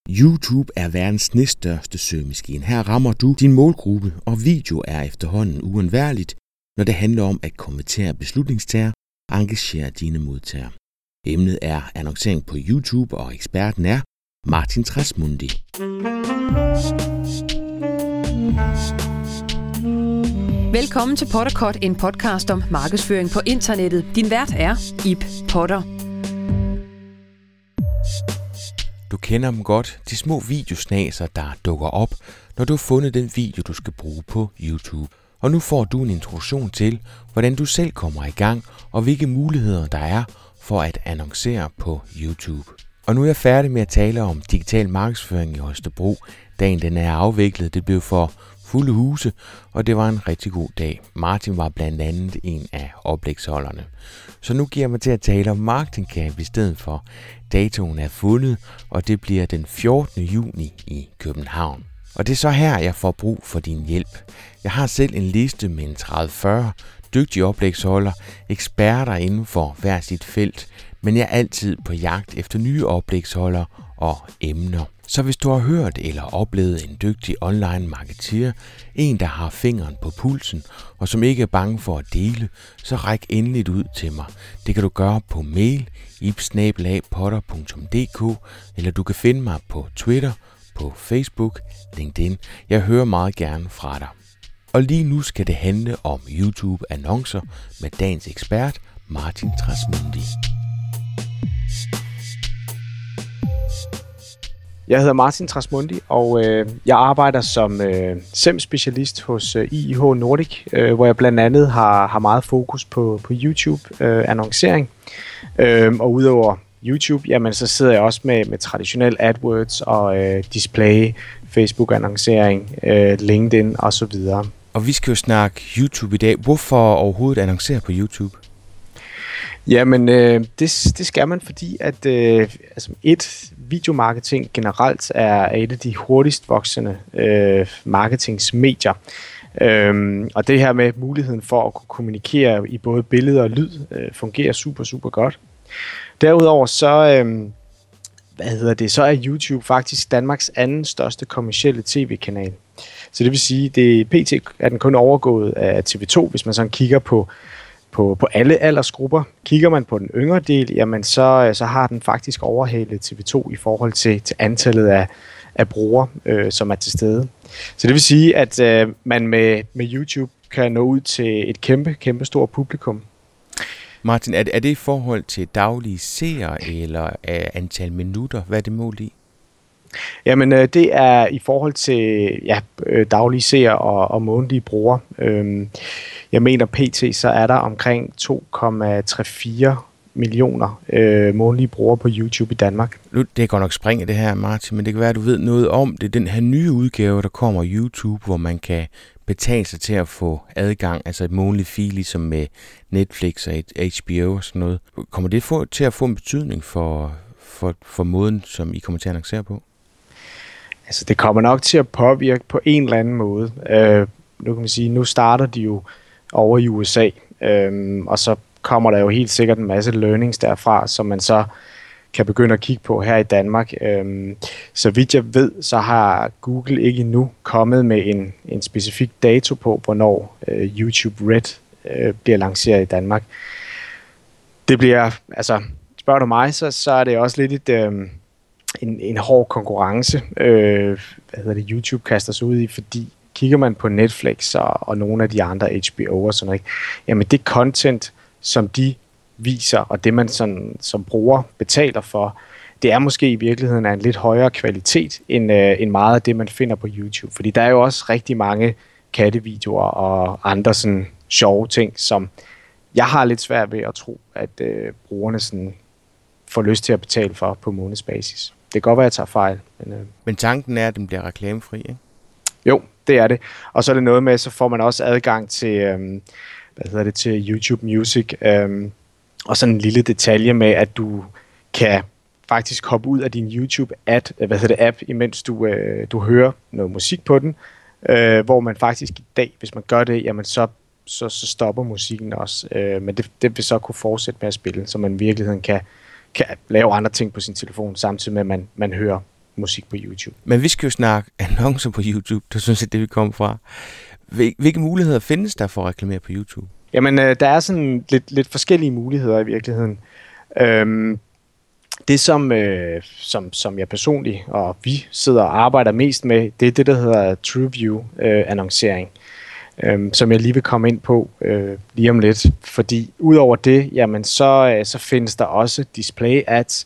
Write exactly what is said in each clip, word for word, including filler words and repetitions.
YouTube er verdens næststørste søgemaskine. Her rammer du din målgruppe, og video er efterhånden uundværligt, når det handler om at konvertere beslutningstager og engagere dine modtagere. Emnet er annoncering på YouTube, og eksperten er Martin Tresmundi. Velkommen til Potterkort, en podcast om markedsføring på internettet. Din vært er Ib Potter. Du kender dem godt, de små videosnaser, der dukker op, når du har fundet den video, du skal bruge på YouTube. Og nu får du en introduktion til, hvordan du selv kommer i gang, og hvilke muligheder der er for at annoncere på YouTube. Og nu er jeg færdig med at tale om digital markedsføring i Holstebro. Dagen den er afviklet, det blev for fulde huse, og det var en rigtig god dag. Martin var blandt andet en af oplægsholderne. Så nu giver jeg mig til at tale om Marketing Camp i stedet for. Datoen er fundet, og det bliver den fjortende juni i København. Og det er så her, jeg får brug for din hjælp. Jeg har selv en liste med en tredive til fyrre dygtige oplægsholder, eksperter inden for hver sit felt, men jeg er altid på jagt efter nye oplægsholdere og emner. Så hvis du har hørt eller oplevet en dygtig online marketeer, en der har fingeren på pulsen og som ikke er bange for at dele, så ræk endelig ud til mig. Det kan du gøre på mail ib bindestreg potter punktum d k, eller du kan finde mig på Twitter, på Facebook, LinkedIn. Jeg hører meget gerne fra dig. Og lige nu skal det handle om YouTube-annoncer med dagens ekspert, Martin Tresmundi. Jeg hedder Martin Tresmundi, og øh, jeg arbejder som øh, S E M-specialist hos øh, I I H Nordic, øh, hvor jeg blandt andet har, har meget fokus på, på YouTube-annoncering. Øh, øh, og udover YouTube, jamen, så sidder jeg også med, med traditionel AdWords og øh, display, Facebook-annoncering, øh, LinkedIn osv. Og vi skal jo snakke YouTube i dag. Hvorfor overhovedet annoncere på YouTube? Jamen, øh, det, det skal man, fordi at øh, altså et, videomarketing generelt er et af de hurtigst voksende øh, marketingsmedier. Øhm, og det her med muligheden for at kunne kommunikere i både billeder og lyd øh, fungerer super, super godt. Derudover så, øh, hvad hedder det, så er YouTube faktisk Danmarks anden største kommercielle tv-kanal. Så det vil sige, det P T er den kun overgået af T V to, hvis man sådan kigger på På, på alle aldersgrupper. Kigger man på den yngre del, jamen så, så har den faktisk overhalet T V to i forhold til, til antallet af, af brugere, øh, som er til stede. Så det vil sige, at øh, man med, med YouTube kan nå ud til et kæmpe, kæmpe stort publikum. Martin, er det, er det i forhold til daglige seere eller uh, antal minutter? Hvad er det mål i? Jamen, øh, det er i forhold til ja, øh, daglige seere og, og månedlige brugere. Øhm, jeg mener pt. Så er der omkring to komma fire millioner øh, månedlige brugere på YouTube i Danmark. Nu, det er godt nok springe det her, Martin, men det kan være, at du ved noget om det. Den her nye udgave, der kommer YouTube, hvor man kan betale sig til at få adgang, altså et månedligt feed, ligesom med Netflix og H B O og sådan noget. Kommer det for, til at få en betydning for, for, for måden, som I kommer til at annoncere på? Altså, det kommer nok til at påvirke på en eller anden måde. Øh, nu kan man sige, nu starter de jo over i U S A, øh, og så kommer der jo helt sikkert en masse learnings derfra, som man så kan begynde at kigge på her i Danmark. Øh, så vidt jeg ved, så har Google ikke endnu kommet med en, en specifik dato på, hvornår øh, YouTube Red øh, bliver lanceret i Danmark. Det bliver, altså, spørger du mig, så, så er det også lidt et... Øh, En, en hård konkurrence, øh, hvad hedder det, YouTube kaster sig ud i, fordi kigger man på Netflix og, og nogle af de andre H B O og sådan noget, jamen det content, som de viser, og det man sådan, som bruger betaler for, det er måske i virkeligheden af en lidt højere kvalitet, end, øh, end meget af det, man finder på YouTube. Fordi der er jo også rigtig mange kattevideoer og andre sådan sjove ting, som jeg har lidt svært ved at tro, at øh, brugerne sådan får lyst til at betale for på månedsbasis. Det kan godt være, at jeg tager fejl. Men, øh... men tanken er, at den bliver reklamefri, ikke? Jo, det er det. Og så er det noget med, så får man også adgang til, øh, hvad hedder det, til YouTube Music. Øh, og sådan en lille detalje med, at du kan faktisk hoppe ud af din YouTube-app, hvad hedder det, app, imens du, øh, du hører noget musik på den. Øh, hvor man faktisk i dag, hvis man gør det, jamen så, så, så stopper musikken også. Øh, men det, det vil så kunne fortsætte med at spille, så man i virkeligheden kan, kan lave andre ting på sin telefon, samtidig med, at man, man hører musik på YouTube. Men vi skal jo snakke annoncer på YouTube. Det synes jeg, det vi kommer fra. Hvilke muligheder findes der for at reklamere på YouTube? Jamen, øh, der er sådan lidt, lidt forskellige muligheder i virkeligheden. Øhm, det, som, øh, som, som jeg personligt og vi sidder og arbejder mest med, det er det, der hedder TrueView-annoncering, øh, øh, som jeg lige vil komme ind på øh, lige om lidt. Fordi udover det, jamen, så, øh, så findes der også display ads,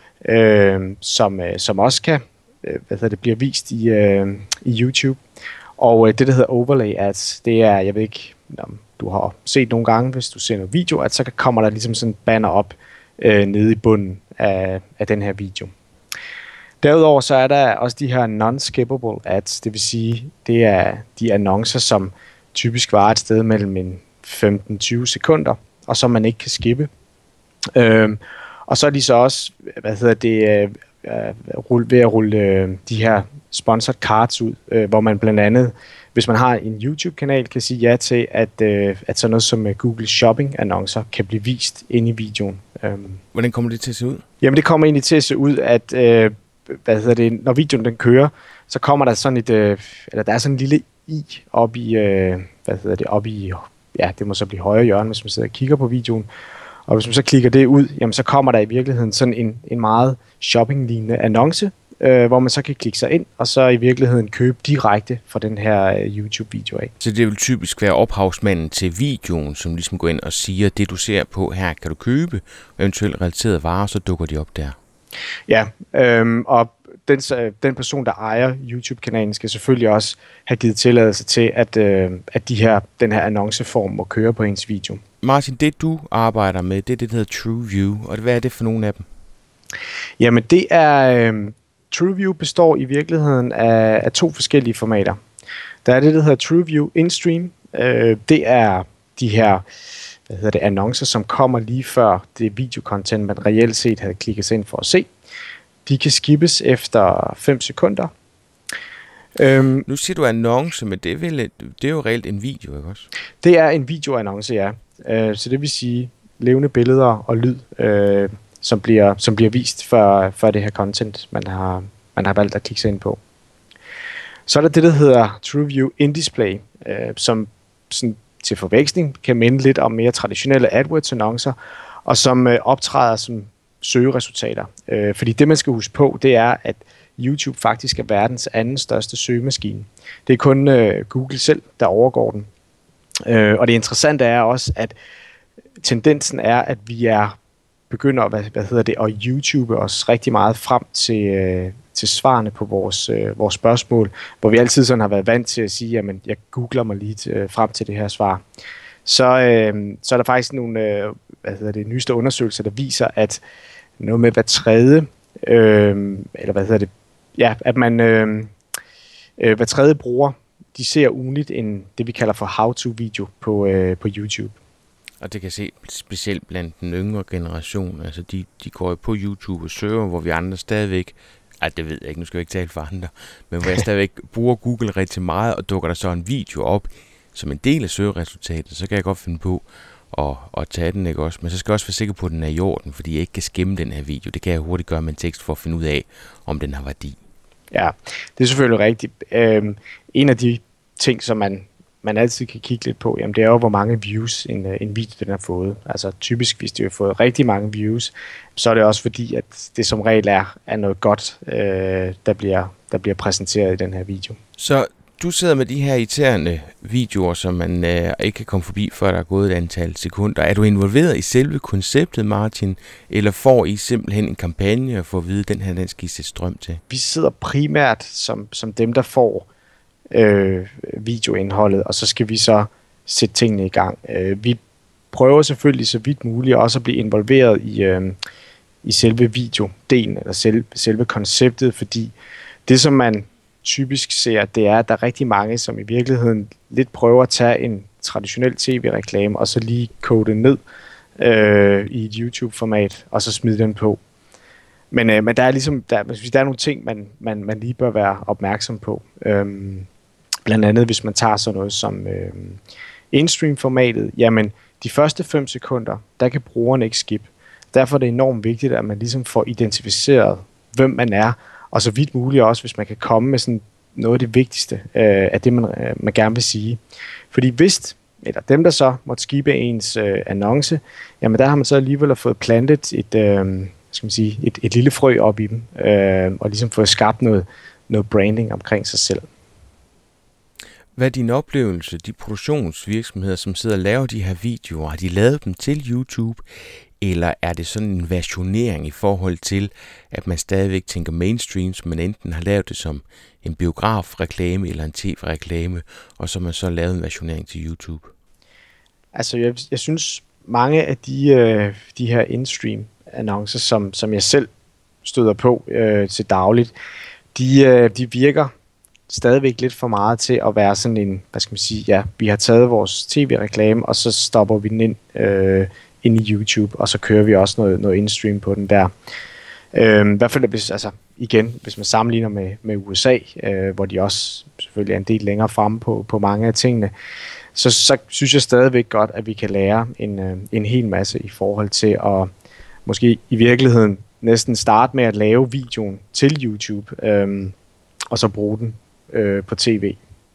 øh, som, øh, som også kan øh, hvad hedder det, bliver vist i, øh, i YouTube. Og øh, det, der hedder overlay ads, det er, jeg ved ikke, om du har set nogle gange, hvis du ser noget video, at så kommer der ligesom sådan en banner op øh, nede i bunden af, af den her video. Derudover så er der også de her non-skippable ads, det vil sige, det er de annoncer, som typisk varer et sted mellem en femten til tyve sekunder, og som man ikke kan skippe. Øhm, og så er de så også, hvad hedder det, øh, ved at rulle øh, de her sponsored cards ud, øh, hvor man blandt andet, hvis man har en YouTube-kanal, kan sige ja til, at, øh, at sådan noget som Google Shopping-annoncer kan blive vist inde i videoen. Øhm. Hvordan kommer det til at se ud? Jamen, det kommer egentlig til at se ud, at øh, hvad hedder det, når videoen den kører, så kommer der sådan et, øh, eller der er sådan en lille i op i, øh, hvad hedder det, op i, ja, det må så blive højre hjørne, hvis man sidder og kigger på videoen. Og hvis man så klikker det ud, jamen så kommer der i virkeligheden sådan en, en meget shopping-lignende annonce, øh, hvor man så kan klikke sig ind, og så i virkeligheden købe direkte fra den her øh, YouTube-video af. Så det vil typisk være ophavsmanden til videoen, som ligesom går ind og siger, det du ser på her kan du købe, og eventuelt relaterede varer, så dukker de op der. Ja, øhm, og den, den person, der ejer YouTube-kanalen, skal selvfølgelig også have givet tilladelse til, at, øh, at de her, den her annonceform må køre på ens video. Martin, det du arbejder med, det er det, der hedder TrueView, og hvad er det for nogle af dem? Jamen det er, øh, TrueView består i virkeligheden af, af to forskellige formater. Der er det, der hedder TrueView InStream. Øh, det er de her hvad hedder det, annoncer, som kommer lige før det videocontent, man reelt set havde klikket sig ind for at se. De kan skippes efter fem sekunder. Øhm, nu siger du annonce, men det er, vel, det er jo reelt en video, ikke også? Det er en videoannonce, ja. Øh, så det vil sige levende billeder og lyd, øh, som, bliver, som bliver vist for, for det her content, man har, man har valgt at klikke sig ind på. Så er der det, der hedder TrueView InDisplay, øh, som sådan, til forveksling kan minde lidt om mere traditionelle AdWords-annoncer, og som øh, optræder som søgeresultater. Øh, fordi det, man skal huske på, det er, at YouTube faktisk er verdens anden største søgemaskine. Det er kun øh, Google selv, der overgår den. Øh, og det interessante er også, at tendensen er, at vi er begynder hvad, hvad hedder det, at YouTube os rigtig meget frem til, øh, til svarene på vores, øh, vores spørgsmål, hvor vi altid sådan har været vant til at sige, jamen jeg googler mig lige til, øh, frem til det her svar. Så, øh, så er der faktisk nogle øh, hvad hedder det, nyeste undersøgelser, der viser, at noget med hver tredje, øh, eller hvad hedder det, ja, at man øh, øh, hver tredje bruger, de ser ugenligt en, det vi kalder for how-to-video på, øh, på YouTube. Og det kan se specielt blandt den yngre generation, altså de, de går på YouTube og søger, hvor vi andre stadigvæk, ej det ved jeg ikke, nu skal jeg ikke tale for andre, men hvor jeg stadigvæk bruger Google rigtig meget, og dukker der så en video op som en del af søgeresultatet, så kan jeg godt finde på at, at tage den, ikke også? Men så skal jeg også være sikker på, at den er i orden, fordi jeg ikke kan skimme den her video. Det kan jeg hurtigt gøre med en tekst for at finde ud af, om den har værdi. Ja, det er selvfølgelig rigtigt. Øhm, en af de ting, som man man altid kan kigge lidt på, jamen det er jo, hvor mange views en, en video den har fået. Altså typisk, hvis det har fået rigtig mange views, så er det også fordi, at det som regel er, er noget godt, øh, der, bliver, der bliver præsenteret i den her video. Så du sidder med de her irriterende videoer, som man øh, ikke kan komme forbi, før der er gået et antal sekunder. Er du involveret i selve konceptet, Martin, eller får I simpelthen en kampagne for at vide, at den her, den skal I sætte strøm til? Vi sidder primært som, som dem, der får Øh, videoindholdet, og så skal vi så sætte tingene i gang. Øh, vi prøver selvfølgelig så vidt muligt også at blive involveret i, øh, i selve videodelen, eller selve, selve konceptet, fordi det, som man typisk ser, det er, at der er rigtig mange, som i virkeligheden lidt prøver at tage en traditionel tv-reklame, og så lige kode ned øh, i et YouTube-format, og så smide den på. Men, øh, men der er ligesom, der, der er nogle ting, man, man, man lige bør være opmærksom på. Øhm, Blandt andet, hvis man tager sådan noget som øh, InStream-formatet, jamen de første fem sekunder, der kan brugeren ikke skippe. Derfor er det enormt vigtigt, at man ligesom får identificeret, hvem man er, og så vidt muligt også, hvis man kan komme med sådan noget af det vigtigste øh, af det, man, øh, man gerne vil sige. Fordi hvis, eller dem, der så måtte skibe ens øh, annonce, jamen der har man så alligevel fået plantet et, øh, skal man sige, et, et lille frø op i dem, øh, og ligesom fået skabt noget, noget branding omkring sig selv. Hvad er din oplevelse, de produktionsvirksomheder, som sidder og laver de her videoer, har de lavet dem til YouTube, eller er det sådan en versionering i forhold til, at man stadigvæk tænker mainstream, så man enten har lavet det som en biografreklame eller en tv-reklame, og så har man så lavet en versionering til YouTube? Altså, jeg, jeg synes, mange af de, øh, de her in-stream-annoncer, som, som jeg selv støder på øh, til dagligt, de, øh, de virker stadigvæk lidt for meget til at være sådan en, hvad skal man sige, ja, vi har taget vores tv-reklame, og så stopper vi den ind, øh, ind i YouTube, og så kører vi også noget, noget in-stream på den der. Øh, I hvert fald, hvis, altså, igen, hvis man sammenligner med, med U S A, øh, hvor de også selvfølgelig er en del længere fremme på, på mange af tingene, så, så synes jeg stadigvæk godt, at vi kan lære en, øh, en hel masse i forhold til at måske i virkeligheden næsten starte med at lave videoen til YouTube, øh, og så bruge den øh, på tv.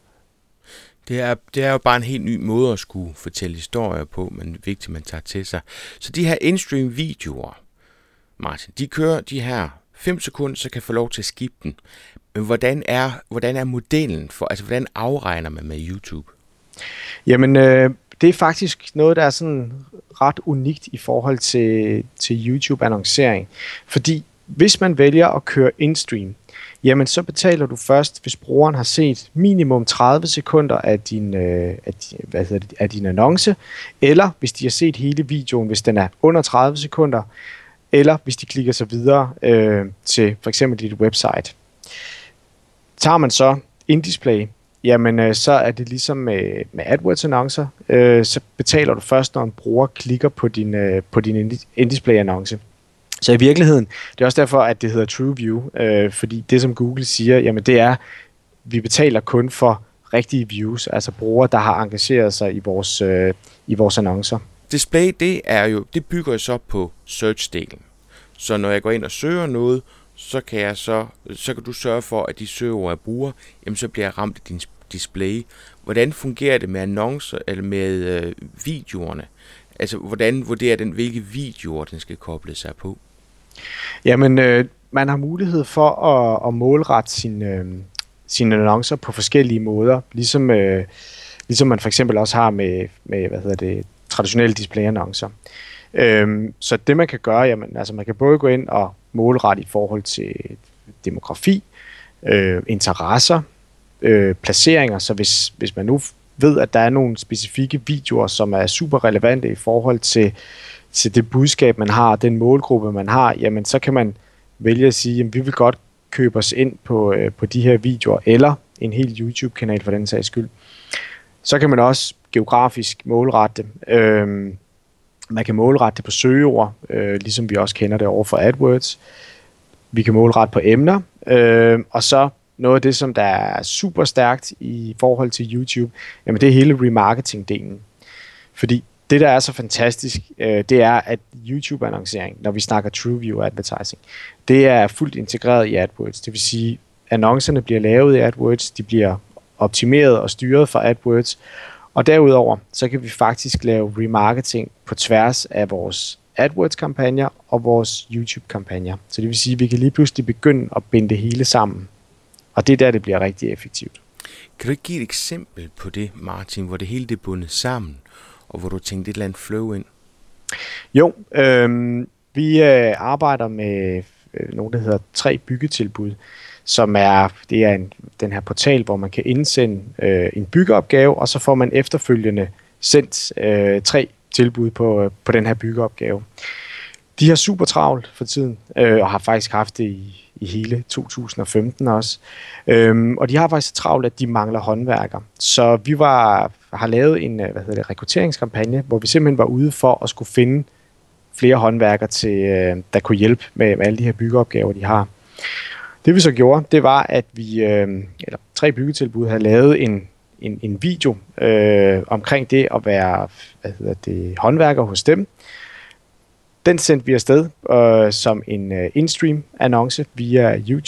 Det er, det er jo bare en helt ny måde at skulle fortælle historier på, men vigtigt, man tager til sig. Så de her in-stream videoer, Martin, de kører de her fem sekunder, så kan få lov til at skippe den. Men hvordan er, hvordan er modellen for, altså hvordan afregner man med YouTube? Jamen, øh, det er faktisk noget, der er sådan ret unikt i forhold til, til YouTube-annoncering. Fordi hvis man vælger at køre in-stream, jamen så betaler du først, hvis brugeren har set minimum tredive sekunder af din, øh, af, hvad hedder det, af din annonce, eller hvis de har set hele videoen, hvis den er under tredive sekunder, eller hvis de klikker sig videre øh, til for eksempel dit website. Tager man så in-display, jamen øh, så er det ligesom med, med AdWords-annoncer, øh, så betaler du først, når en bruger klikker på din, øh, på din in-display-annonce. Så i virkeligheden, det er også derfor, at det hedder TrueView, øh, fordi det, som Google siger, jamen det er, vi betaler kun for rigtige views, altså brugere, der har engageret sig i vores, øh, i vores annoncer. Display, det er jo, det bygger jo så på search-delen. Så når jeg går ind og søger noget, så kan jeg så, så kan du sørge for, at de søger, jeg bruger, jamen så bliver jeg ramt af din display. Hvordan fungerer det med annoncer eller med øh, videoerne? Altså, hvordan vurderer den, hvilke videoer den skal koble sig på? Jamen, øh, man har mulighed for at, at målrette sine, øh, sine annoncer på forskellige måder, ligesom, øh, ligesom man for eksempel også har med, med hvad hedder det, traditionelle display-annoncer. Øh, så det man kan gøre, jamen, altså man kan både gå ind og målrette i forhold til demografi, øh, interesser, øh, placeringer, så hvis, hvis man nu ved, at der er nogle specifikke videoer, som er super relevante i forhold til, til det budskab, man har, den målgruppe, man har, jamen så kan man vælge at sige, at vi vil godt købe os ind på, øh, på de her videoer, eller en hel YouTube-kanal for den sags skyld. Så kan man også geografisk målrette det. Øh, man kan målrette det på søgeord, øh, ligesom vi også kender det over for AdWords. Vi kan målrette på emner, øh, og så noget af det, som der er super stærkt i forhold til YouTube, jamen det er hele remarketing-delen. Fordi det, der er så fantastisk, øh, det er, at YouTube-annoncering, når vi snakker TrueView advertising, det er fuldt integreret i AdWords. Det vil sige, annoncerne bliver lavet i AdWords, de bliver optimeret og styret fra AdWords, og derudover, så kan vi faktisk lave remarketing på tværs af vores AdWords-kampagner og vores YouTube-kampagner. Så det vil sige, at vi kan lige pludselig begynde at binde det hele sammen. Og det er der, det bliver rigtig effektivt. Kan du ikke give et eksempel på det, Martin, hvor det hele det er bundet sammen, og hvor du tænkte et eller andet flow ind? Jo, øh, vi øh, arbejder med øh, noget, der hedder tre byggetilbud, som er, det er en, den her portal, hvor man kan indsende øh, en byggeopgave, og så får man efterfølgende sendt øh, tre tilbud på, øh, på den her byggeopgave. De har super travlt for tiden, øh, og har faktisk haft det i i hele to tusind og femten også. Øhm, og de har faktisk så travlt, at de mangler håndværkere. Så vi var, har lavet en hvad hedder det, rekrutteringskampagne, hvor vi simpelthen var ude for at skulle finde flere håndværkere, til, øh, der kunne hjælpe med, med alle de her byggeopgaver, de har. Det vi så gjorde, det var, at vi, øh, eller tre byggetilbud, havde lavet en, en, en video øh, omkring det at være hvad hedder det, håndværker hos dem. Den sendte vi afsted øh, som en uh, in-stream annonce via YouTube.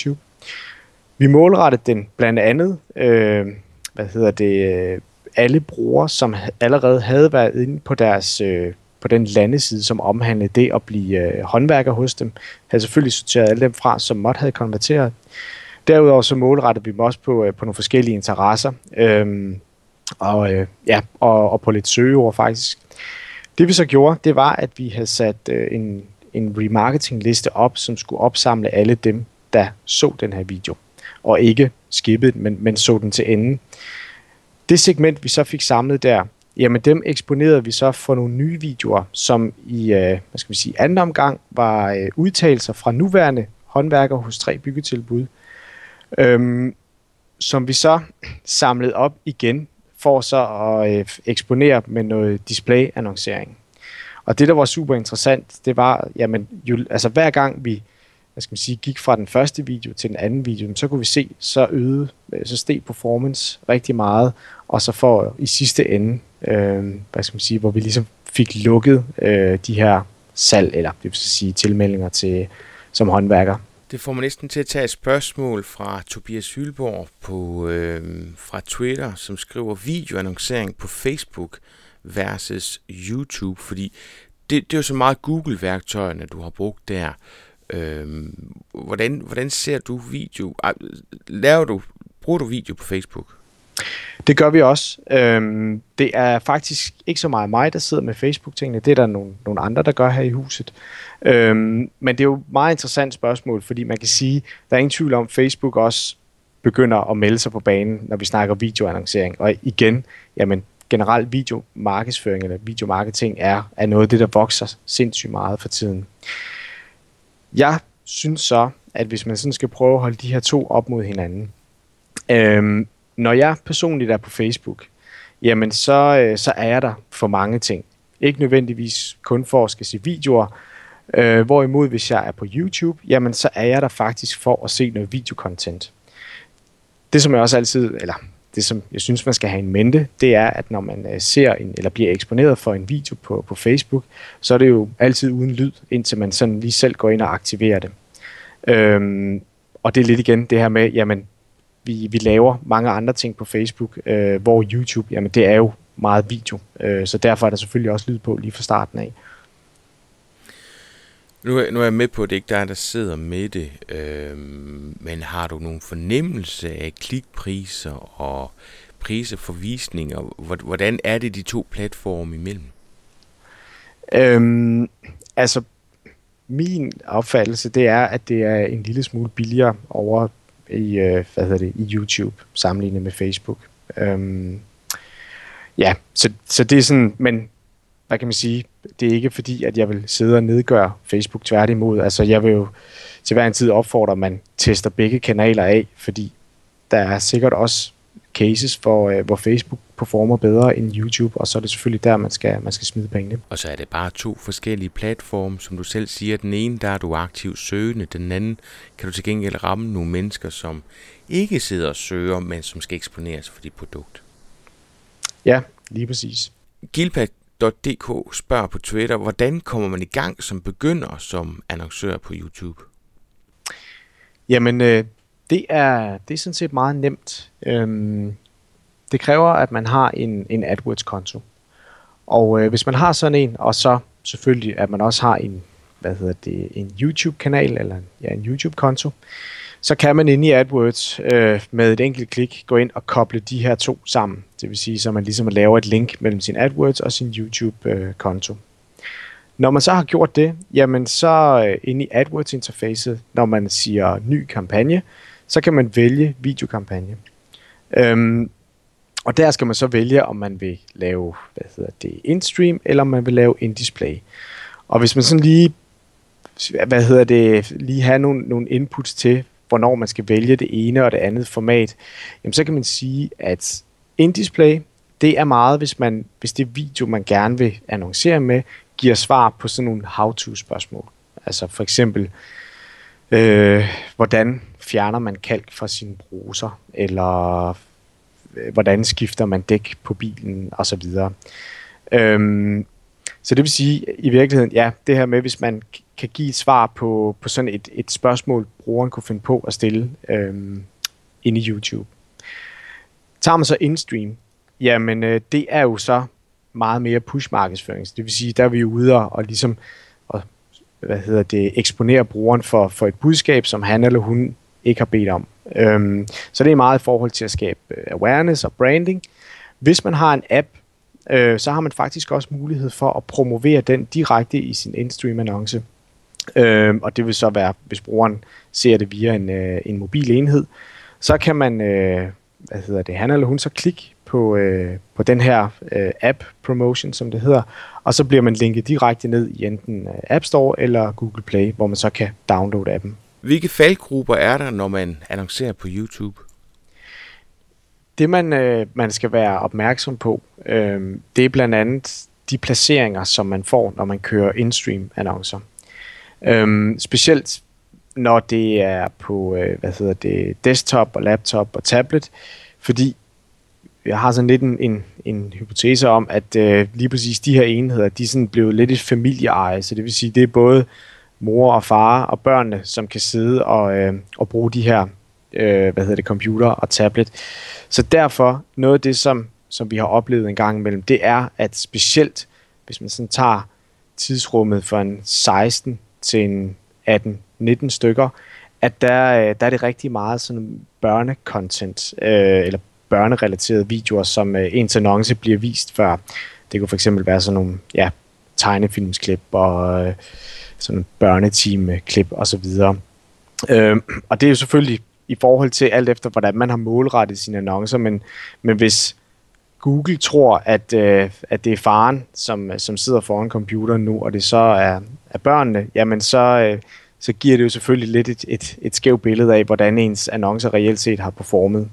Vi målrettede den blandt andet, øh, hvad hedder det, alle brugere, som allerede havde været inde på deres øh, på den landeside, som omhandlede det at blive øh, håndværker hos dem, havde selvfølgelig sorteret alle dem fra, som måtte have konverteret. Derudover så målrettede vi dem også på, øh, på nogle forskellige interesser, øh, og, øh, ja, og, og på lidt søgeord faktisk. Det vi så gjorde, det var, at vi havde sat øh, en, en remarketing-liste op, som skulle opsamle alle dem, der så den her video, og ikke skippede den, men, men så den til enden. Det segment, vi så fik samlet der, jamen dem eksponerede vi så for nogle nye videoer, som i øh, hvad skal vi sige, anden omgang var øh, udtalelser fra nuværende håndværkere hos tre byggetilbud, øhm, som vi så samlede op igen for så at øh, eksponere med noget display-annoncering. Og det, der var super interessant, det var, jamen, jo, altså hver gang vi hvad skal man sige, gik fra den første video til den anden video, så kunne vi se, så øgede, så steg performance rigtig meget, og så for i sidste ende, øh, hvad skal man sige, hvor vi ligesom fik lukket øh, de her salg, eller det vil sige tilmeldinger til, som håndværker. Det får mig næsten til at tage et spørgsmål fra Tobias Hylborg på, øh, fra Twitter, som skriver videoannoncering på Facebook versus YouTube, fordi det, det er jo så meget Google-værktøjerne, du har brugt der. Øhm, hvordan, hvordan ser du video? Laver du, bruger du video på Facebook? Det gør vi også. Øhm, det er faktisk ikke så meget mig, der sidder med Facebook-tingene. Det er der nogle, nogle andre, der gør her i huset. Øhm, men det er jo et meget interessant spørgsmål, fordi man kan sige, der er ingen tvivl om, at Facebook også begynder at melde sig på banen, når vi snakker videoannoncering. Og igen, jamen generelt videomarkedsføring eller videomarketing er, er noget af det, der vokser sindssygt meget for tiden. Jeg synes så, at hvis man sådan skal prøve at holde de her to op mod hinanden, øhm, når jeg personligt er på Facebook, jamen så, øh, så er jeg der for mange ting. Ikke nødvendigvis kun for at skal se videoer, øh, hvorimod hvis jeg er på YouTube, jamen så er jeg der faktisk for at se noget videocontent. Det som jeg også altid, eller det som jeg synes man skal have en mente, det er, at når man øh, ser en, eller bliver eksponeret for en video på, på Facebook, så er det jo altid uden lyd, indtil man sådan lige selv går ind og aktiverer det. Øhm, og det er lidt igen det her med, jamen vi, vi laver mange andre ting på Facebook, øh, hvor YouTube, jamen det er jo meget video, øh, så derfor er der selvfølgelig også lyd på lige fra starten af. Nu er, nu er jeg med på, at det ikke er dig, der sidder med det, øh, men har du nogen fornemmelse af klikpriser og priser for visninger? Hvordan er det de to platforme imellem? Øhm, altså, min opfattelse, det er, at det er en lille smule billigere over i, øh, hvad hedder det, i YouTube, sammenlignet med Facebook. Øhm, ja, så, så det er sådan, men hvad kan man sige, det er ikke fordi, at jeg vil sidde og nedgøre Facebook, tværtimod. Altså, jeg vil jo til hver en tid opfordre, at man tester begge kanaler af, fordi der er sikkert også cases, hvor, øh, hvor Facebook performer bedre end YouTube, og så er det selvfølgelig der, man skal, man skal smide pengene. Og så er det bare to forskellige platforme, som du selv siger. Den ene, der er du aktivt søgende, den anden kan du til gengæld ramme nogle mennesker, som ikke sidder og søger, men som skal eksponeres for dit produkt. Ja, lige præcis. Gilpad punktum d k spørger på Twitter, hvordan kommer man i gang som begynder som annoncør på YouTube? Jamen, øh, det, er, det er sådan set meget nemt. Øhm, det kræver, at man har en, en AdWords-konto. Og øh, hvis man har sådan en, og så selvfølgelig, at man også har en, hvad hedder det, en YouTube-kanal, eller ja, en YouTube-konto, så kan man inde i AdWords øh, med et enkelt klik gå ind og koble de her to sammen. Det vil sige, så man ligesom laver et link mellem sin AdWords og sin YouTube-konto. Når man så har gjort det, jamen så øh, inde i AdWords-interfacet, når man siger ny kampagne, så kan man vælge videokampagne. Øhm, og der skal man så vælge, om man vil lave, hvad hedder det, in-stream, eller om man vil lave in-display. Og hvis man sådan lige, hvad hedder det, lige have nogle, nogle inputs til, hvornår man skal vælge det ene og det andet format, jamen så kan man sige, at in-display, det er meget, hvis, man, hvis det video, man gerne vil annoncere med, giver svar på sådan nogle how-to-spørgsmål. Altså for eksempel, øh, hvordan fjerner man kalk fra sine bruser, eller øh, hvordan skifter man dæk på bilen, osv. Øhm, så det vil sige, i virkeligheden, ja, det her med, hvis man kan give et svar på, på sådan et, et spørgsmål, brugeren kunne finde på at stille øhm, inde i YouTube. Tager man så InStream, jamen øh, det er jo så meget mere push-markedsføring. Det vil sige, der er vi ude og, og ligesom og, hvad hedder det, eksponere brugeren for, for et budskab, som han eller hun ikke har bedt om. Øhm, så det er meget i forhold til at skabe awareness og branding. Hvis man har en app, øh, så har man faktisk også mulighed for at promovere den direkte i sin InStream-annonce. Øhm, og det vil så være, hvis brugeren ser det via en, øh, en mobil enhed, så kan man, øh, hvad hedder det, han eller hun så klikke på, øh, på den her øh, app promotion, som det hedder, og så bliver man linket direkte ned i enten App Store eller Google Play, hvor man så kan downloade appen. Hvilke faldgrupper er der, når man annoncerer på YouTube? Det, man, øh, man skal være opmærksom på, øh, det er blandt andet de placeringer, som man får, når man kører InStream-annoncer. Øh, specielt når det er på øh, hvad hedder det, desktop og laptop og tablet, fordi jeg har sådan lidt en, en, en hypotese om, at øh, lige præcis de her enheder, de er sådan blevet lidt et familieeje, så det vil sige, det er både mor og far og børnene, som kan sidde og, øh, og bruge de her øh, hvad hedder det, computer og tablet. Så derfor, noget af det, som, som vi har oplevet en gang imellem, det er, at specielt, hvis man sådan tager tidsrummet fra en seksten til en atten nitten stykker, at der, der er det rigtig meget sådan børnecontent, øh, eller børnerelaterede videoer, som øh, ens annonce bliver vist før. Det kunne for eksempel være sådan nogle ja, tegnefilmsklip og øh, sådan børneteam-klip osv. Øh, og det er jo selvfølgelig i forhold til alt efter, hvordan man har målrettet sine annoncer, men, men hvis Google tror, at, øh, at det er faren, som, som sidder foran computeren nu, og det så er, er børnene, jamen så, øh, så giver det jo selvfølgelig lidt et, et, et skævt billede af, hvordan ens annoncer reelt set har performet.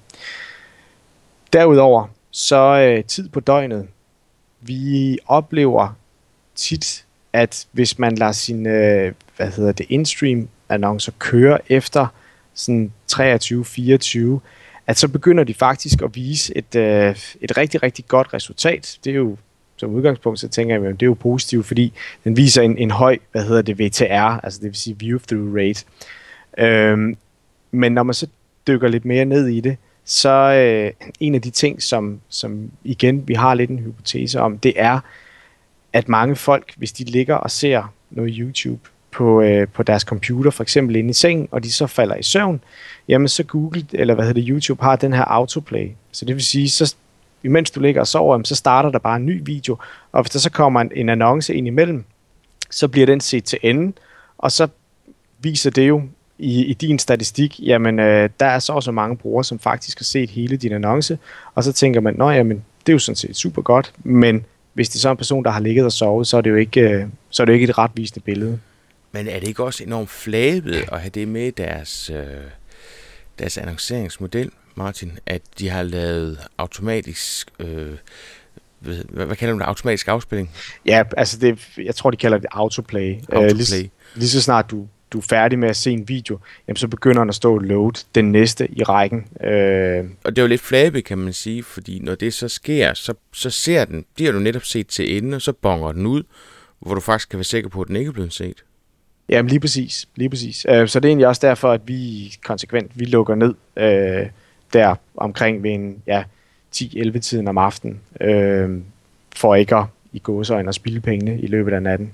Derudover, så øh, tid på døgnet. Vi oplever tit, at hvis man lader sine øh, hvad hedder det, InStream-annoncer køre efter sådan treogtyve fireogtyve, at så begynder de faktisk at vise et, øh, et rigtig, rigtig godt resultat. Det er jo som udgangspunkt, så tænker jeg, at det er jo positivt, fordi den viser en, en høj, hvad hedder det, V T R, altså det vil sige view-through rate. Øhm, men når man så dykker lidt mere ned i det, så øh, en af de ting, som, som igen, vi har lidt en hypotese om, det er, at mange folk, hvis de ligger og ser noget YouTube på, øh, på deres computer, for eksempel inde i sengen, og de så falder i søvn, jamen så Google, eller hvad hedder det, YouTube har den her autoplay. Så det vil sige, så imens du ligger og sover, så starter der bare en ny video, og hvis der så kommer en, en annonce ind imellem, så bliver den set til ende, og så viser det jo i, i din statistik, jamen øh, der er så også mange brugere, som faktisk har set hele din annonce, og så tænker man, nå jamen, det er jo sådan set super godt, men hvis det er så en person, der har ligget og sovet, så er det jo ikke, øh, så er det jo ikke et retvisende billede. Men er det ikke også enormt flabet at have det med deres, øh, deres annonceringsmodel, Martin, at de har lavet automatisk, øh, hvad, hvad kalder du det, automatisk afspilning? Ja, altså det, jeg tror, de kalder det autoplay. Autoplay. Uh, lige, lige så snart du, du er færdig med at se en video, jamen, så begynder den at stå load den næste i rækken. Uh, og det er jo lidt flabet, kan man sige, fordi når det så sker, så, så ser den, bliver du netop set til ende, og så bonger den ud, hvor du faktisk kan være sikker på, at den ikke er blevet set. Jamen lige præcis, lige præcis. Uh, så det er egentlig også derfor, at vi konsekvent, vi lukker ned uh, der omkring ved en ja, ti elleve tiden om aftenen, uh, for ikke at i gåseøjne og spilde pengene i løbet af natten.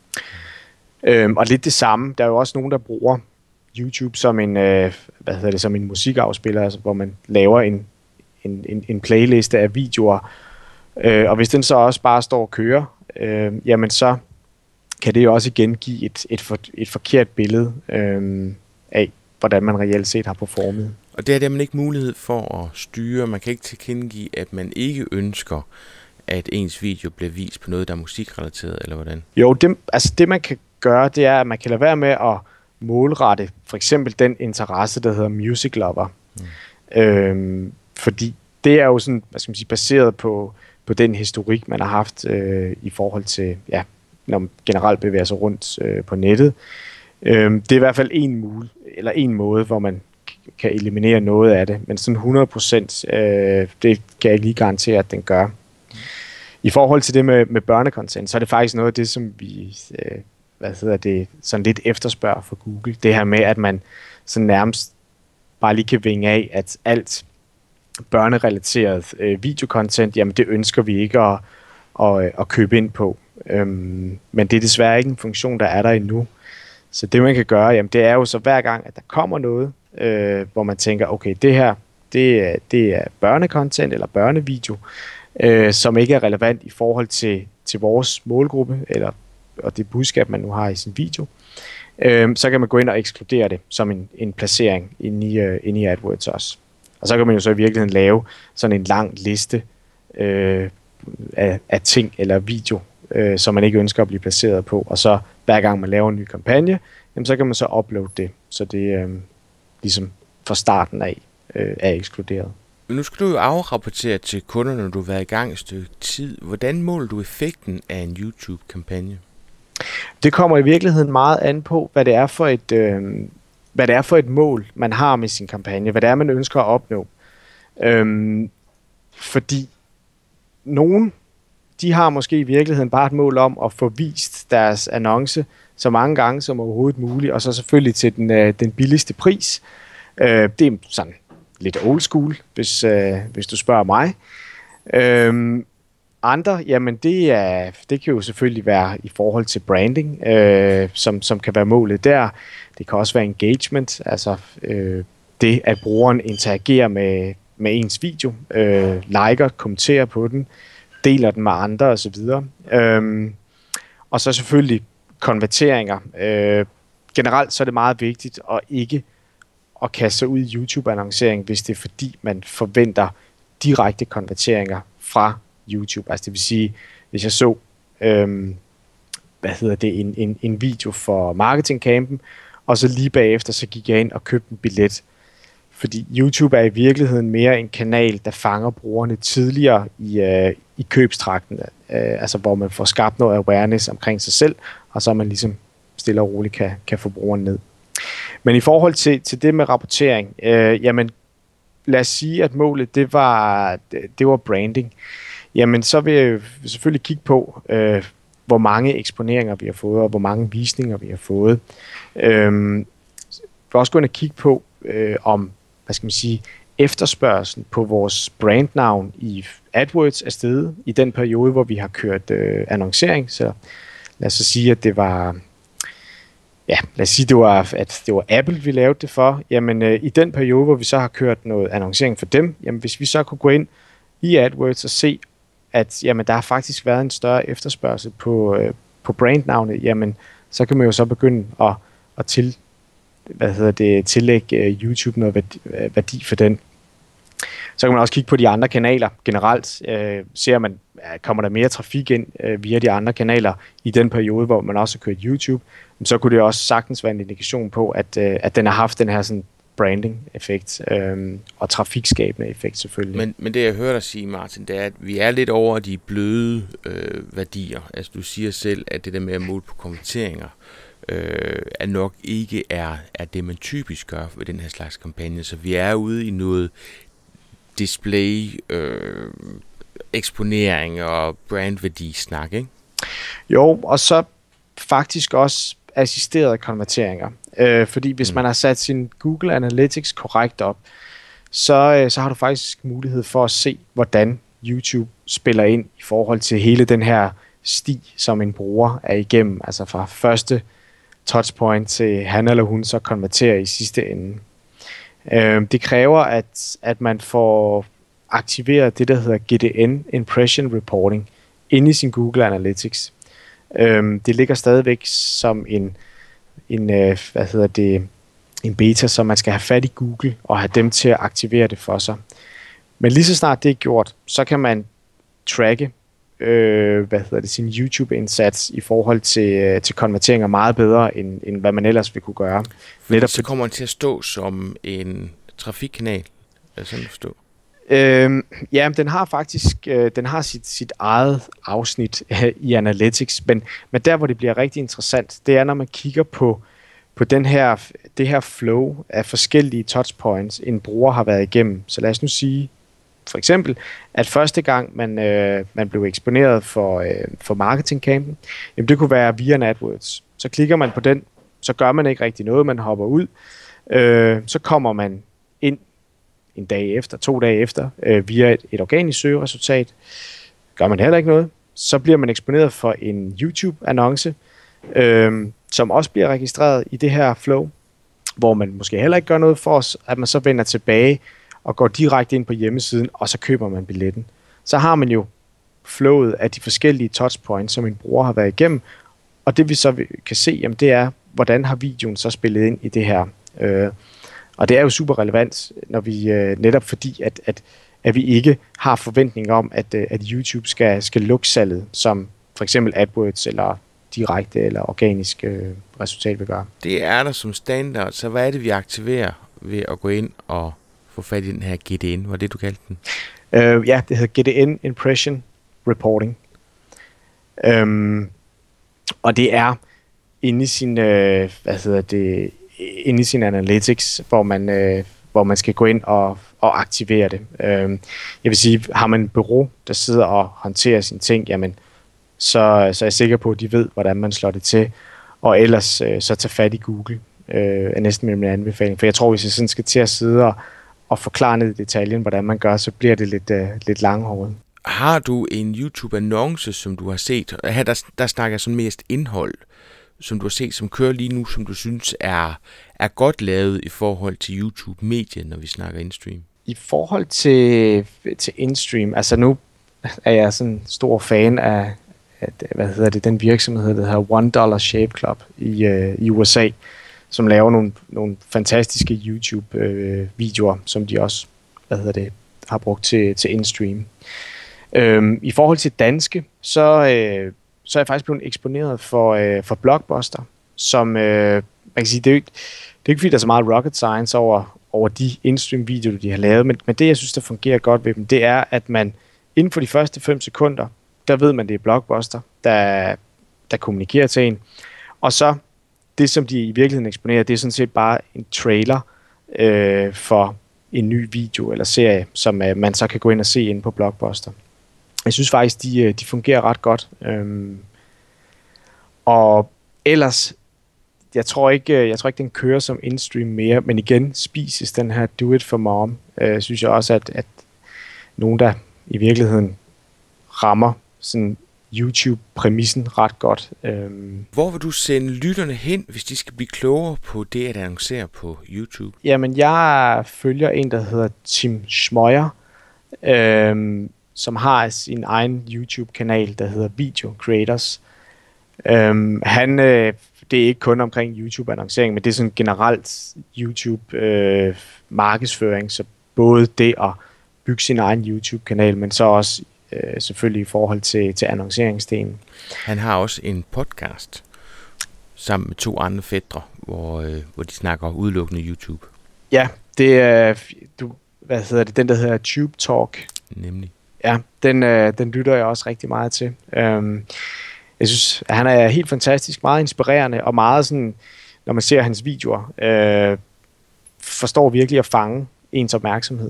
Uh, og lidt det samme, der er jo også nogen, der bruger YouTube som en, uh, hvad hedder det, som en musikafspiller, altså hvor man laver en, en, en, en playliste af videoer, uh, og hvis den så også bare står og kører, uh, jamen så kan det jo også igen give et, et, for, et forkert billede øh, af, hvordan man reelt set har performet. Og det er der man ikke mulighed for at styre. Man kan ikke tilkendegive, at man ikke ønsker, at ens video bliver vist på noget, der er musikrelateret, eller hvordan? Jo, det, altså det man kan gøre, det er, at man kan lade være med at målrette for eksempel den interesse, der hedder Music Lover. Mm. Øh, fordi det er jo sådan, hvad skal man sige, baseret på, på den historik, man har haft øh, i forhold til, ja, når man generelt bevæger sig rundt øh, på nettet. Øh, det er i hvert fald en mulighed, eller en måde, hvor man k- kan eliminere noget af det, men sådan hundrede procent, øh, det kan jeg ikke lige garantere, at den gør. I forhold til det med, med børnecontent, så er det faktisk noget af det, som vi øh, hvad hedder det, sådan lidt efterspørger for Google. Det her med, at man sådan nærmest bare lige kan vinge af, at alt børnerelateret øh, videocontent, jamen det ønsker vi ikke at, at, at købe ind på. Øhm, men det er desværre ikke en funktion, der er der endnu. Så det man kan gøre, jamen det er jo så hver gang, at der kommer noget, øh, hvor man tænker, okay, det her, det er, det er børnecontent eller børnevideo, øh, som ikke er relevant i forhold til, til vores målgruppe, eller og det budskab, man nu har i sin video, øh, så kan man gå ind og ekskludere det som en, en placering inde i, uh, inde i AdWords også. Og så kan man jo så i virkeligheden lave sådan en lang liste øh, af, af ting eller video, øh, som man ikke ønsker at blive placeret på. Og så hver gang man laver en ny kampagne, jamen, så kan man så uploade det, så det øh, ligesom fra starten af øh, er ekskluderet. Nu skal du jo afrapportere til kunderne, når du har været i gang et stykke tid. Hvordan måler du effekten af en YouTube-kampagne? Det kommer i virkeligheden meget an på, hvad det er for et, øh, hvad det er for et mål, man har med sin kampagne. Hvad det er, man ønsker at opnå. Øhm, fordi nogen, de har måske i virkeligheden bare et mål om at få vist deres annonce så mange gange som overhovedet muligt, og så selvfølgelig til den, øh, den billigste pris. Øh, det er sådan lidt old school, hvis, øh, hvis du spørger mig. Øhm, andre, jamen det, er, det kan jo selvfølgelig være i forhold til branding, øh, som, som kan være målet der. Det kan også være engagement, altså øh, det, at brugeren interagerer med, med ens video, øh, liker, kommenterer på den, deler den med andre osv. Øhm, og så selvfølgelig konverteringer. Øh, generelt så er det meget vigtigt at ikke at kaste sig ud i YouTube-annoncering, hvis det er fordi, man forventer direkte konverteringer fra YouTube. Altså det vil sige, hvis jeg så øhm, hvad hedder det, en, en, en video for marketingcampen, og så lige bagefter, så gik jeg ind og købte en billet. Fordi YouTube er i virkeligheden mere en kanal, der fanger brugerne tidligere i, øh, i købstrakten. Øh, altså hvor man får skabt noget awareness omkring sig selv, og så man ligesom stille og roligt kan, kan få brugeren ned. Men i forhold til, til det med rapportering, øh, jamen lad os sige, at målet det var, det, det var branding. Jamen så vil jeg selvfølgelig kigge på, øh, hvor mange eksponeringer vi har fået, og hvor mange visninger vi har fået. Øh, vi vil også gå ind og kigge på, øh, om hvad skal man sige, efterspørgslen på vores brandnavn i AdWords er steget i den periode, hvor vi har kørt øh, annoncering. Så lad os så sige, at det var... Ja, lad os sige, det var, at det var Apple, vi lavede det for. Jamen, øh, i den periode, hvor vi så har kørt noget annoncering for dem, jamen, hvis vi så kunne gå ind i AdWords og se, at jamen, der har faktisk været en større efterspørgsel på, øh, på brandnavnet, jamen, så kan man jo så begynde at, at til, hvad hedder det, tillægge øh, YouTube noget værdi, værdi for den. Så kan man også kigge på de andre kanaler generelt. Øh, ser man, kommer der mere trafik ind øh, via de andre kanaler i den periode, hvor man også har kørt YouTube, så kunne det også sagtens være en indikation på, at, øh, at den har haft den her sådan branding-effekt øh, og trafikskabende effekt selvfølgelig. Men, men det jeg hører dig sige, Martin, det er, at vi er lidt over de bløde øh, værdier. Altså du siger selv, at det der med at måle på konverteringer, øh, er nok ikke er, er det, man typisk gør ved den her slags kampagne. Så vi er ude i noget display, øh, eksponering og brandværdi-snak, ikke? Jo, og så faktisk også assisterede konverteringer. Øh, fordi hvis mm. man har sat sin Google Analytics korrekt op, så, øh, så har du faktisk mulighed for at se, hvordan YouTube spiller ind i forhold til hele den her sti, som en bruger er igennem. Altså fra første touchpoint til han eller hun så konverterer i sidste ende. Øh, det kræver, at, at man får aktiveret det, der hedder G D N, Impression Reporting, inde i sin Google Analytics. Øh, det ligger stadigvæk som en, en, øh, hvad hedder det, en beta, som man skal have fat i Google og have dem til at aktivere det for sig. Men lige så snart det er gjort, så kan man tracke øh, hvad hedder det, sin YouTube-indsats i forhold til, øh, til konverteringer meget bedre, end, end hvad man ellers ville kunne gøre. Netop så kommer den til at stå som en trafikkanal, er sådan at forstå? Øh, ja, den har faktisk øh, den har sit, sit eget afsnit øh, i Analytics, men, men der, hvor det bliver rigtig interessant, det er, når man kigger på, på den her, det her flow af forskellige touchpoints, en bruger har været igennem. Så lad os nu sige, for eksempel, at første gang man, øh, man blev eksponeret for, øh, for marketingkampen, jamen det kunne være via en AdWords. Så klikker man på den, så gør man ikke rigtig noget, man hopper ud. Øh, så kommer man ind en dag efter, to dage efter, øh, via et, et organisk søgeresultat. Gør man heller ikke noget. Så bliver man eksponeret for en YouTube-annonce, øh, som også bliver registreret i det her flow, hvor man måske heller ikke gør noget for os, at man så vender tilbage og går direkte ind på hjemmesiden, og så køber man billetten. Så har man jo flowet af de forskellige touchpoints, som en bruger har været igennem, og det vi så kan se, jamen det er, hvordan har videoen så spillet ind i det her. Øh, og det er jo super relevant, når vi øh, netop fordi, at, at, at vi ikke har forventning om, at, at YouTube skal, skal lukke salget, som for eksempel AdWords eller direkte eller organisk øh, resultat vil gøre. Det er der som standard, så hvad er det, vi aktiverer ved at gå ind og få fat i den her G D N? Var det, du kaldte den? Øh, ja, det hedder G D N Impression Reporting. Øhm, og det er inde i sin, øh, hvad hedder det, inde i sin analytics, hvor man, øh, hvor man skal gå ind og, og aktivere det. Øhm, jeg vil sige, har man et bureau, der sidder og håndterer sine ting, jamen, så, så er jeg sikker på, at de ved, hvordan man slår det til. Og ellers øh, så tage fat i Google, øh, er næsten min anbefaling. For jeg tror, hvis jeg sådan skal til at sidde og, og forklare ned i detaljen, hvordan man gør, så bliver det lidt, øh, lidt langhåret. Har du en YouTube-annonce, som du har set? Her der, der snakker jeg sådan mest indhold, som du har set, som kører lige nu, som du synes er, er godt lavet i forhold til YouTube-mediet, når vi snakker InStream? I forhold til, til InStream, altså nu er jeg sådan en stor fan af, at, hvad hedder det, den virksomhed, der hedder One Dollar Shave Club i, øh, i U S A, som laver nogle, nogle fantastiske YouTube-videoer, øh, som de også, hvad hedder det, har brugt til, til InStream. Øhm, I forhold til danske, så, øh, så er jeg faktisk blevet eksponeret for, øh, for Blockbuster, som, øh, man kan sige, det er jo ikke, det er ikke fordi, der er så meget rocket science over, over de InStream-videoer, de har lavet, men, men det, jeg synes, der fungerer godt ved dem, det er, at man inden for de første fem sekunder, der ved man, det er Blockbuster, der, der kommunikerer til en. Og så, det som de i virkeligheden eksponerer, det er sådan set bare en trailer øh, for en ny video eller serie, som øh, man så kan gå ind og se inde på Blockbuster. Jeg synes faktisk, de, de fungerer ret godt. Øhm, og ellers, jeg tror ikke, jeg tror ikke, den kører som InStream mere, men igen spises den her Do It For Mom, øh, synes jeg også, at, at nogen, der i virkeligheden rammer sådan YouTube-præmissen ret godt. Øhm. Hvor vil du sende lytterne hen, hvis de skal blive klogere på det at annoncere på YouTube? Jamen, jeg følger en, der hedder Tim Schmeuer, øhm, som har sin egen YouTube-kanal, der hedder Video Creators. Øhm, han, øh, det er ikke kun omkring YouTube-annoncering, men det er sådan generelt YouTube-markedsføring, øh, så både det at bygge sin egen YouTube-kanal, men så også øh, selvfølgelig i forhold til, til annonceringsdelen. Han har også en podcast sammen med to andre fætre, hvor, øh, hvor de snakker udelukkende YouTube. Ja, det er du, hvad hedder det, den der hedder Tube Talk. Nemlig. Ja, den, øh, den lytter jeg også rigtig meget til. Øhm, jeg synes, han er helt fantastisk, meget inspirerende, og meget sådan, når man ser hans videoer, øh, forstår virkelig at fange ens opmærksomhed.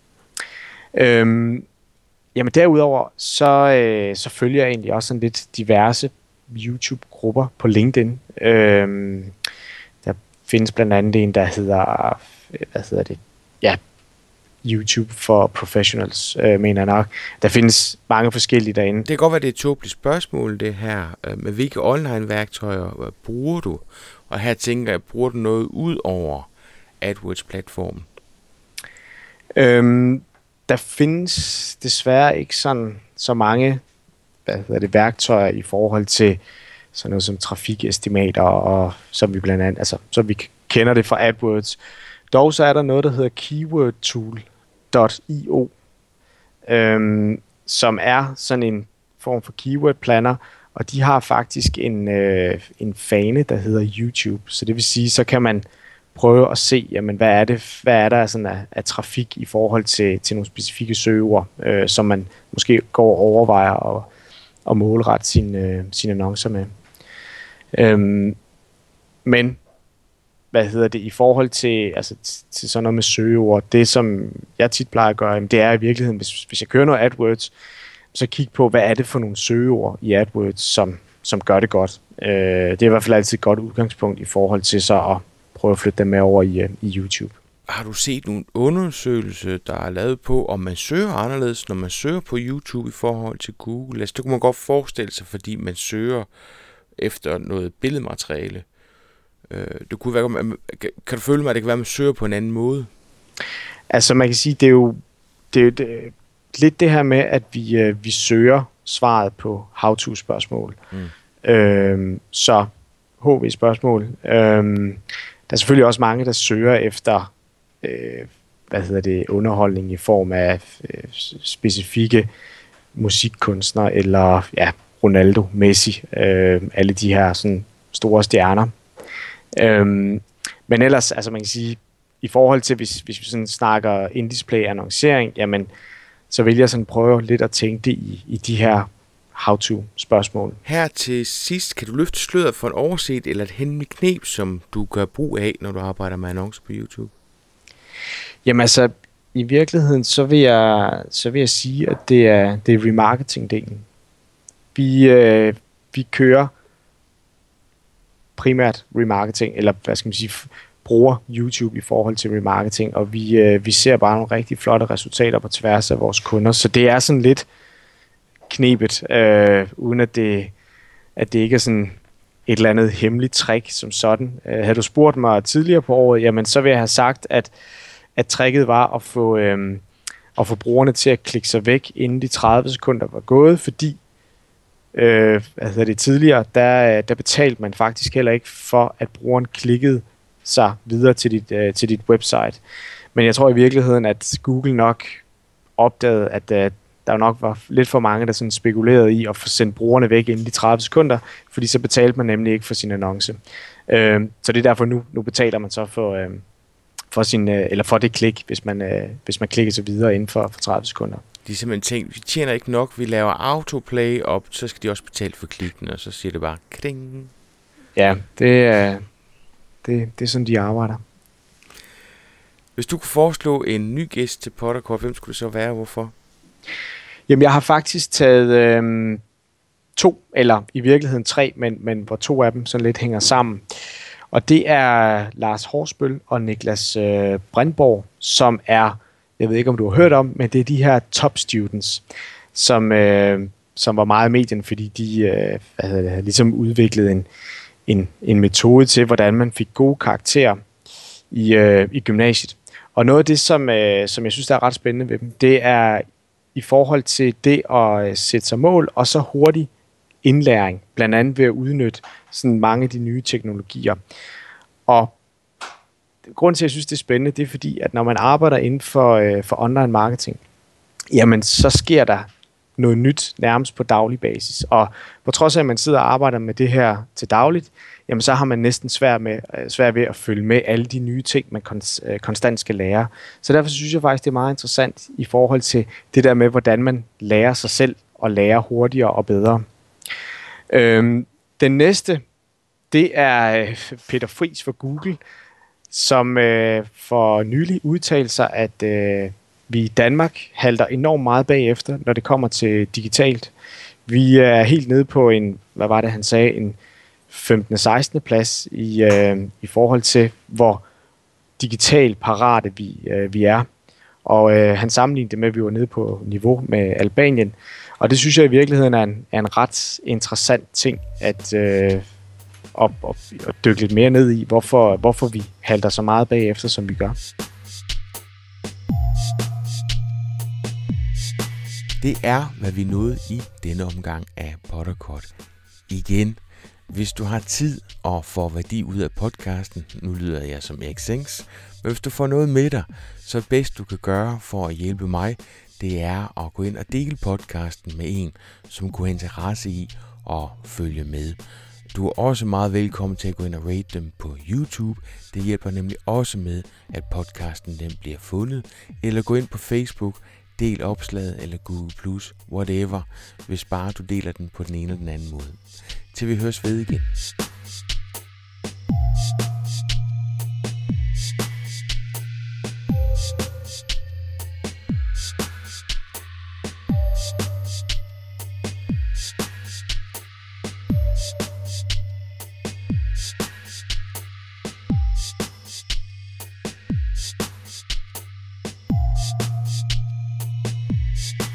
Øhm, jamen derudover, så, øh, så følger jeg egentlig også sådan lidt diverse YouTube-grupper på LinkedIn. Øhm, der findes blandt andet en, der hedder, hvad hedder det, ja, YouTube for Professionals, øh, mener jeg nok. Der findes mange forskellige derinde. Det kan godt være, det er et tåbeligt spørgsmål, det her. Med hvilke online-værktøjer bruger du? Og her tænker jeg, bruger du noget ud over AdWords-platformen? Øhm, der findes desværre ikke sådan så mange hvad hedder det, værktøjer i forhold til sådan noget som trafikestimater, og som vi blandt andet, altså, så vi kender det fra AdWords. Dog så er der noget, der hedder keyword tool punktum i o, øhm, som er sådan en form for keyword planner, og de har faktisk en, øh, en fane, der hedder YouTube. Så det vil sige, så kan man prøve at se, jamen, hvad er det, hvad er der sådan af, af trafik i forhold til, til nogle specifikke søgeord, øh, som man måske går og overvejer og, og målrette sine, øh, sine annoncer med. Øhm, men hvad hedder det, i forhold til, altså, til sådan noget med søgeord, det som jeg tit plejer at gøre, det er i virkeligheden, hvis, hvis jeg kører noget AdWords, så kig på, hvad er det for nogle søgeord i AdWords, som, som gør det godt. Øh, det er i hvert fald altid et godt udgangspunkt i forhold til så at prøve at flytte dem med over i, i YouTube. Har du set nogle undersøgelser, der er lavet på, om man søger anderledes, når man søger på YouTube i forhold til Google? Altså, det kunne man godt forestille sig, fordi man søger efter noget billedmateriale. Øh, det kunne være, man, kan du føle mig, at det kan være, at man søger på en anden måde? Altså, man kan sige, det er jo, det er jo det, lidt det her med, at vi, øh, vi søger svaret på how-to-spørgsmål. Mm. Øh, så H V-spørgsmål. Øh, der er selvfølgelig også mange, der søger efter øh, hvad hedder det, underholdning i form af øh, specifikke musikkunstnere, eller ja, Ronaldo, Messi, øh, alle de her sådan store stjerner. Øh, men ellers, altså man kan sige, i forhold til, hvis, hvis vi sådan snakker in-display annoncering, jamen, så vil jeg sådan prøve lidt at tænke det i, i de her how-to-spørgsmål. Her til sidst, kan du løfte sløret for en overset eller et hemmeligt knep, som du gør brug af, når du arbejder med annoncer på YouTube? Jamen altså, i virkeligheden, så vil jeg, så vil jeg sige, at det er, det er remarketing-delen. Vi, øh, vi kører primært remarketing, eller hvad skal man sige, bruger YouTube i forhold til remarketing, og vi, øh, vi ser bare nogle rigtig flotte resultater på tværs af vores kunder, så det er sådan lidt knebet, øh, uden at det, at det ikke er sådan et eller andet hemmeligt trick som sådan. Øh, havde du spurgt mig tidligere på året, jamen så vil jeg have sagt, at, at tricket var at få, øh, at få brugerne til at klikke sig væk, inden de tredive sekunder var gået, fordi øh, altså det tidligere, der, der betalte man faktisk heller ikke for, at brugeren klikkede sig videre til dit, øh, til dit website. Men jeg tror i virkeligheden, at Google nok opdagede, at øh, der nok var lidt for mange, der sådan spekulerede i at få sendt brugerne væk inden de tredive sekunder, fordi så betalte man nemlig ikke for sin annonce. Øh, så det er derfor nu, nu betaler man så for, øh, for, sin, øh, eller for det klik, hvis man, øh, hvis man klikker sig videre inden for, for tredive sekunder. De er simpelthen tænkt, vi tjener ikke nok, vi laver autoplay op, så skal de også betale for klikken, og så siger det bare kring. Ja, det er, det, det er sådan, de arbejder. Hvis du kunne foreslå en ny gæst til Potterkort, hvem skulle det så være, hvorfor? Jamen, jeg har faktisk taget øh, to, eller i virkeligheden tre, men, men hvor to af dem så lidt hænger sammen. Og det er Lars Horsbøl og Niklas øh, Brindborg, som er, jeg ved ikke om du har hørt om, men det er de her top students, som, øh, som var meget i medien, fordi de øh, hvad hedder det, ligesom udviklede en, en, en metode til, hvordan man fik gode karakterer i, øh, i gymnasiet. Og noget af det, som, øh, som jeg synes, der er ret spændende ved dem, det er i forhold til det at sætte sig mål, og så hurtig indlæring, blandt andet ved at udnytte sådan mange af de nye teknologier. Og grunden til, at jeg synes, det er spændende, det er fordi, at når man arbejder inden for, øh, for online marketing, jamen så sker der noget nyt nærmest på daglig basis. Og på trods af, at man sidder og arbejder med det her til dagligt, jamen så har man næsten svært, med, svært ved at følge med alle de nye ting, man konstant skal lære. Så derfor synes jeg faktisk, det er meget interessant i forhold til det der med, hvordan man lærer sig selv og lærer hurtigere og bedre. Øhm, den næste, det er Peter Friis fra Google, som øh, for nylig udtalte sig, at øh, vi i Danmark halter enormt meget bagefter, når det kommer til digitalt. Vi er helt nede på en, hvad var det han sagde, en femtende sekstende plads i, øh, i forhold til, hvor digitalt parate vi, øh, vi er. Og øh, han sammenlignede det med, at vi var nede på niveau med Albanien. Og det synes jeg i virkeligheden er en, er en ret interessant ting, at, øh, at, at, at dykke lidt mere ned i, hvorfor, hvorfor vi halter så meget bagefter, som vi gør. Det er, hvad vi nåede i denne omgang af Potterkort. Igen, hvis du har tid og får værdi ud af podcasten, nu lyder jeg som Erik Sengs, men hvis du får noget med dig, så det bedste du kan gøre for at hjælpe mig, det er at gå ind og dele podcasten med en, som kunne have interesse i at følge med. Du er også meget velkommen til at gå ind og rate dem på YouTube. Det hjælper nemlig også med, at podcasten den bliver fundet. Eller gå ind på Facebook, del opslaget eller Google plus, whatever, hvis bare du deler den på den ene eller den anden måde. Til vi høres ved igen. dig.